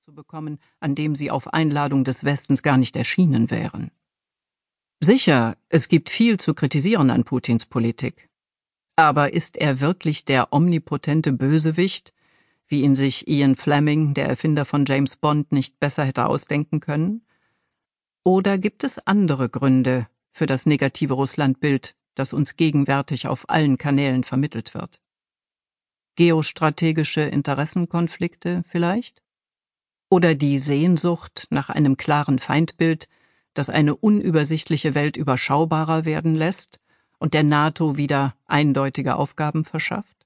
zu bekommen, an dem sie auf Einladung des Westens gar nicht erschienen wären. Sicher, es gibt viel zu kritisieren an Putins Politik. Aber ist er wirklich der omnipotente Bösewicht, wie ihn sich Ian Fleming, der Erfinder von James Bond, nicht besser hätte ausdenken können? Oder gibt es andere Gründe für das negative Russlandbild, das uns gegenwärtig auf allen Kanälen vermittelt wird? Geostrategische Interessenkonflikte vielleicht? Oder die Sehnsucht nach einem klaren Feindbild, das eine unübersichtliche Welt überschaubarer werden lässt und der NATO wieder eindeutige Aufgaben verschafft?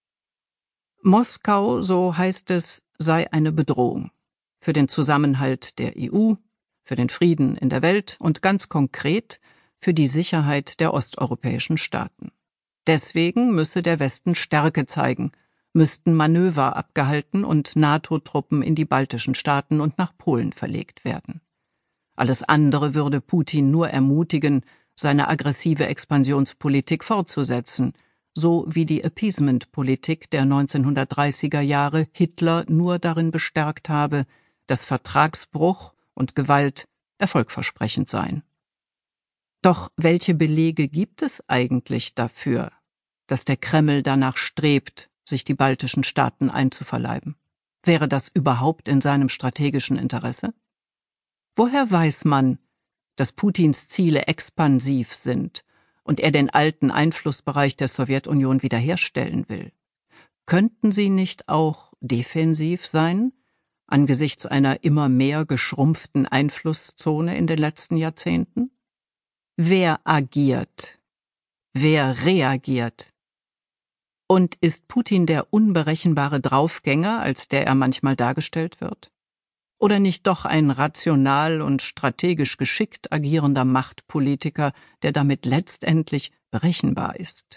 Moskau, so heißt es, sei eine Bedrohung für den Zusammenhalt der EU, für den Frieden in der Welt und ganz konkret für die Sicherheit der osteuropäischen Staaten. Deswegen müsse der Westen Stärke zeigen, müssten Manöver abgehalten und NATO-Truppen in die baltischen Staaten und nach Polen verlegt werden. Alles andere würde Putin nur ermutigen, seine aggressive Expansionspolitik fortzusetzen, so wie die Appeasement-Politik der 1930er Jahre Hitler nur darin bestärkt habe, dass Vertragsbruch und Gewalt erfolgversprechend seien. Doch welche Belege gibt es eigentlich dafür, dass der Kreml danach strebt, sich die baltischen Staaten einzuverleiben? Wäre das überhaupt in seinem strategischen Interesse? Woher weiß man, dass Putins Ziele expansiv sind und er den alten Einflussbereich der Sowjetunion wiederherstellen will? Könnten sie nicht auch defensiv sein, angesichts einer immer mehr geschrumpften Einflusszone in den letzten Jahrzehnten? Wer agiert? Wer reagiert? Und ist Putin der unberechenbare Draufgänger, als der er manchmal dargestellt wird? Oder nicht doch ein rational und strategisch geschickt agierender Machtpolitiker, der damit letztendlich berechenbar ist?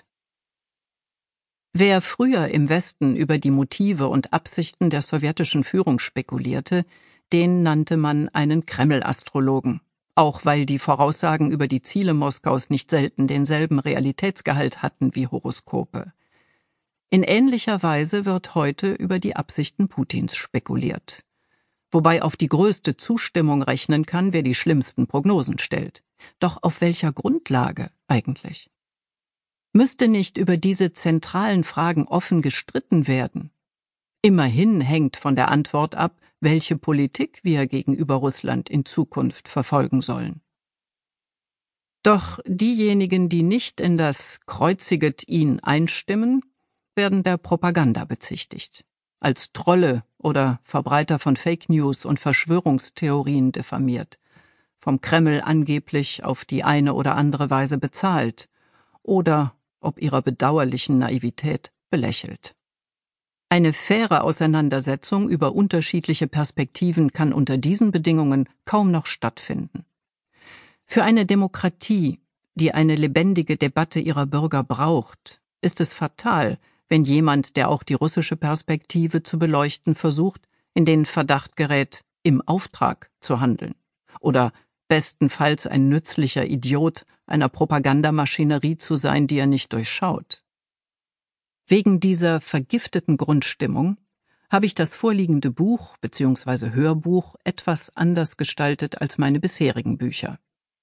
Wer früher im Westen über die Motive und Absichten der sowjetischen Führung spekulierte, den nannte man einen Kreml-Astrologen, auch weil die Voraussagen über die Ziele Moskaus nicht selten denselben Realitätsgehalt hatten wie Horoskope. In ähnlicher Weise wird heute über die Absichten Putins spekuliert. Wobei auf die größte Zustimmung rechnen kann, wer die schlimmsten Prognosen stellt. Doch auf welcher Grundlage eigentlich? Müsste nicht über diese zentralen Fragen offen gestritten werden? Immerhin hängt von der Antwort ab, welche Politik wir gegenüber Russland in Zukunft verfolgen sollen. Doch diejenigen, die nicht in das Kreuziget ihn einstimmen, werden der Propaganda bezichtigt, als Trolle oder Verbreiter von Fake News und Verschwörungstheorien diffamiert, vom Kreml angeblich auf die eine oder andere Weise bezahlt oder ob ihrer bedauerlichen Naivität belächelt. Eine faire Auseinandersetzung über unterschiedliche Perspektiven kann unter diesen Bedingungen kaum noch stattfinden. Für eine Demokratie, die eine lebendige Debatte ihrer Bürger braucht, ist es fatal, wenn jemand, der auch die russische Perspektive zu beleuchten versucht, in den Verdacht gerät, im Auftrag zu handeln oder bestenfalls ein nützlicher Idiot einer Propagandamaschinerie zu sein, die er nicht durchschaut. Wegen dieser vergifteten Grundstimmung habe ich das vorliegende Buch bzw. Hörbuch etwas anders gestaltet als meine bisherigen Bücher.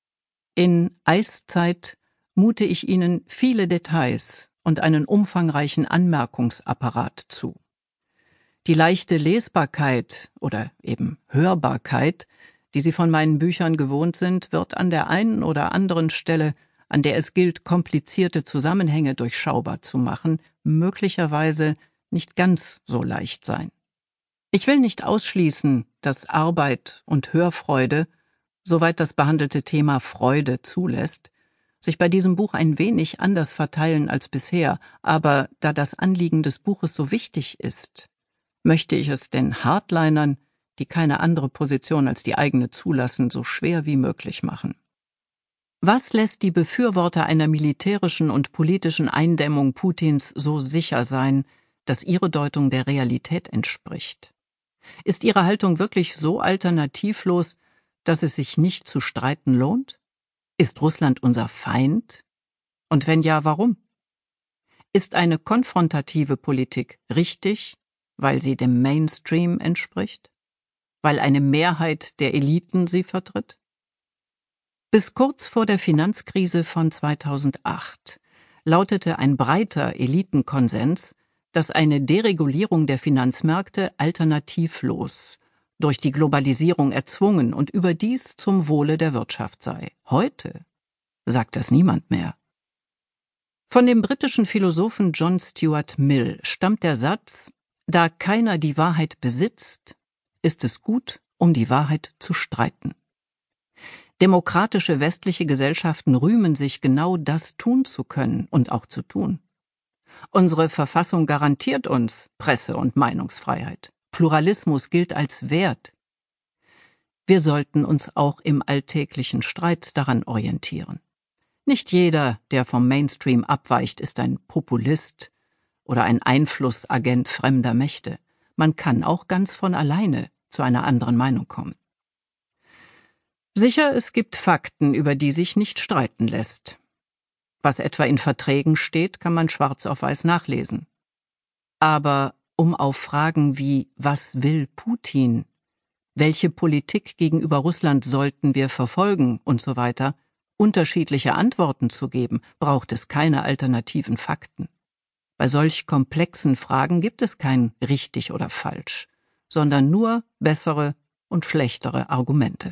In Eiszeit mute ich Ihnen viele Details und einen umfangreichen Anmerkungsapparat zu. Die leichte Lesbarkeit oder eben Hörbarkeit, die Sie von meinen Büchern gewohnt sind, wird an der einen oder anderen Stelle, an der es gilt, komplizierte Zusammenhänge durchschaubar zu machen, möglicherweise nicht ganz so leicht sein. Ich will nicht ausschließen, dass Arbeit und Hörfreude, soweit das behandelte Thema Freude zulässt, sich bei diesem Buch ein wenig anders verteilen als bisher, aber da das Anliegen des Buches so wichtig ist, möchte ich es den Hardlinern, die keine andere Position als die eigene zulassen, so schwer wie möglich machen. Was lässt die Befürworter einer militärischen und politischen Eindämmung Putins so sicher sein, dass ihre Deutung der Realität entspricht? Ist ihre Haltung wirklich so alternativlos, dass es sich nicht zu streiten lohnt? Ist Russland unser Feind? Und wenn ja, warum? Ist eine konfrontative Politik richtig, weil sie dem Mainstream entspricht? Weil eine Mehrheit der Eliten sie vertritt? Bis kurz vor der Finanzkrise von 2008 lautete ein breiter Elitenkonsens, dass eine Deregulierung der Finanzmärkte alternativlos, durch die Globalisierung erzwungen und überdies zum Wohle der Wirtschaft sei. Heute sagt das niemand mehr. Von dem britischen Philosophen John Stuart Mill stammt der Satz: Da keiner die Wahrheit besitzt, ist es gut, um die Wahrheit zu streiten. Demokratische westliche Gesellschaften rühmen sich, genau das tun zu können und auch zu tun. Unsere Verfassung garantiert uns Presse- und Meinungsfreiheit. Pluralismus gilt als Wert. Wir sollten uns auch im alltäglichen Streit daran orientieren. Nicht jeder, der vom Mainstream abweicht, ist ein Populist oder ein Einflussagent fremder Mächte. Man kann auch ganz von alleine zu einer anderen Meinung kommen. Sicher, es gibt Fakten, über die sich nicht streiten lässt. Was etwa in Verträgen steht, kann man schwarz auf weiß nachlesen. Aber um auf Fragen wie „Was will Putin?", „Welche Politik gegenüber Russland sollten wir verfolgen?" und so weiter unterschiedliche Antworten zu geben, braucht es keine alternativen Fakten. Bei solch komplexen Fragen gibt es kein richtig oder falsch, sondern nur bessere und schlechtere Argumente.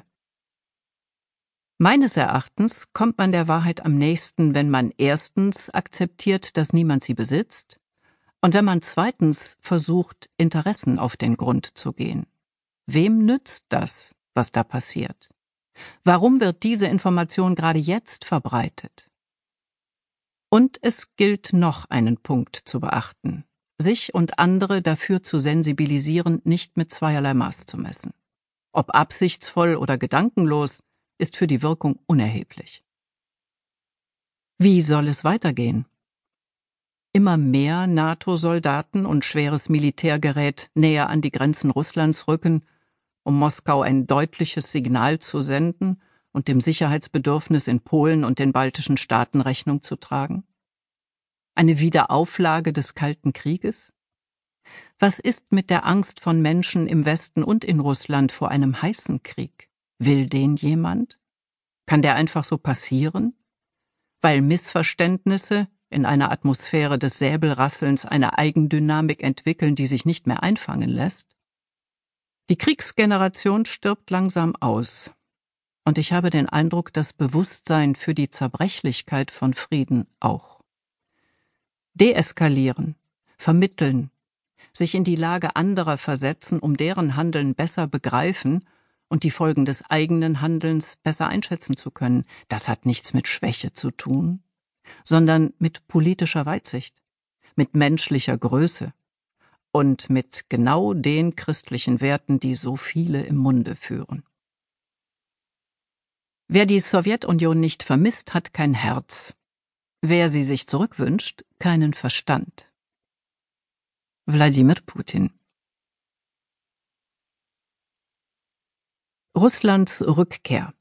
Meines Erachtens kommt man der Wahrheit am nächsten, wenn man erstens akzeptiert, dass niemand sie besitzt, und wenn man zweitens versucht, Interessen auf den Grund zu gehen. Wem nützt das, was da passiert? Warum wird diese Information gerade jetzt verbreitet? Und es gilt noch einen Punkt zu beachten: sich und andere dafür zu sensibilisieren, nicht mit zweierlei Maß zu messen. Ob absichtsvoll oder gedankenlos, ist für die Wirkung unerheblich. Wie soll es weitergehen? Immer mehr NATO-Soldaten und schweres Militärgerät näher an die Grenzen Russlands rücken, um Moskau ein deutliches Signal zu senden und dem Sicherheitsbedürfnis in Polen und den baltischen Staaten Rechnung zu tragen? Eine Wiederauflage des Kalten Krieges? Was ist mit der Angst von Menschen im Westen und in Russland vor einem heißen Krieg? Will den jemand? Kann der einfach so passieren? Weil Missverständnisse in einer Atmosphäre des Säbelrasselns eine Eigendynamik entwickeln, die sich nicht mehr einfangen lässt? Die Kriegsgeneration stirbt langsam aus, und ich habe den Eindruck, das Bewusstsein für die Zerbrechlichkeit von Frieden auch. Deeskalieren, vermitteln, sich in die Lage anderer versetzen, um deren Handeln besser begreifen und die Folgen des eigenen Handelns besser einschätzen zu können, das hat nichts mit Schwäche zu tun, sondern mit politischer Weitsicht, mit menschlicher Größe und mit genau den christlichen Werten, die so viele im Munde führen. Wer die Sowjetunion nicht vermisst, hat kein Herz. Wer sie sich zurückwünscht, keinen Verstand. Wladimir Putin. Russlands Rückkehr.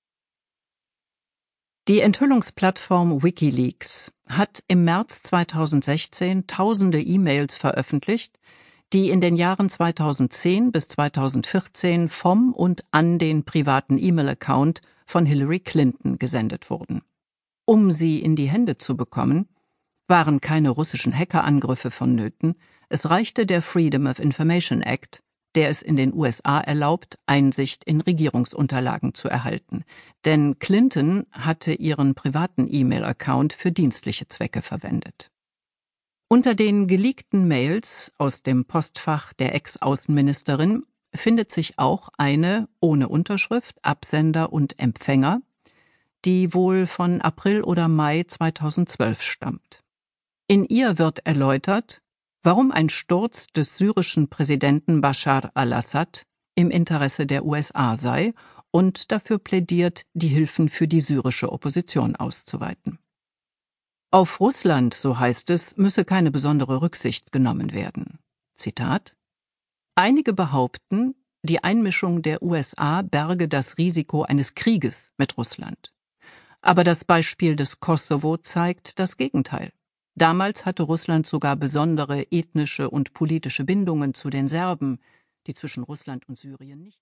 Die Enthüllungsplattform WikiLeaks hat im März 2016 tausende E-Mails veröffentlicht, die in den Jahren 2010 bis 2014 vom und an den privaten E-Mail-Account von Hillary Clinton gesendet wurden. Um sie in die Hände zu bekommen, waren keine russischen Hackerangriffe vonnöten, es reichte der Freedom of Information Act, der es in den USA erlaubt, Einsicht in Regierungsunterlagen zu erhalten. Denn Clinton hatte ihren privaten E-Mail-Account für dienstliche Zwecke verwendet. Unter den geleakten Mails aus dem Postfach der Ex-Außenministerin findet sich auch eine ohne Unterschrift, Absender und Empfänger, die wohl von April oder Mai 2012 stammt. In ihr wird erläutert, warum ein Sturz des syrischen Präsidenten Bashar al-Assad im Interesse der USA sei und dafür plädiert, die Hilfen für die syrische Opposition auszuweiten. Auf Russland, so heißt es, müsse keine besondere Rücksicht genommen werden. Zitat: Einige behaupten, die Einmischung der USA berge das Risiko eines Krieges mit Russland. Aber das Beispiel des Kosovo zeigt das Gegenteil. Damals hatte Russland sogar besondere ethnische und politische Bindungen zu den Serben, die zwischen Russland und Syrien nicht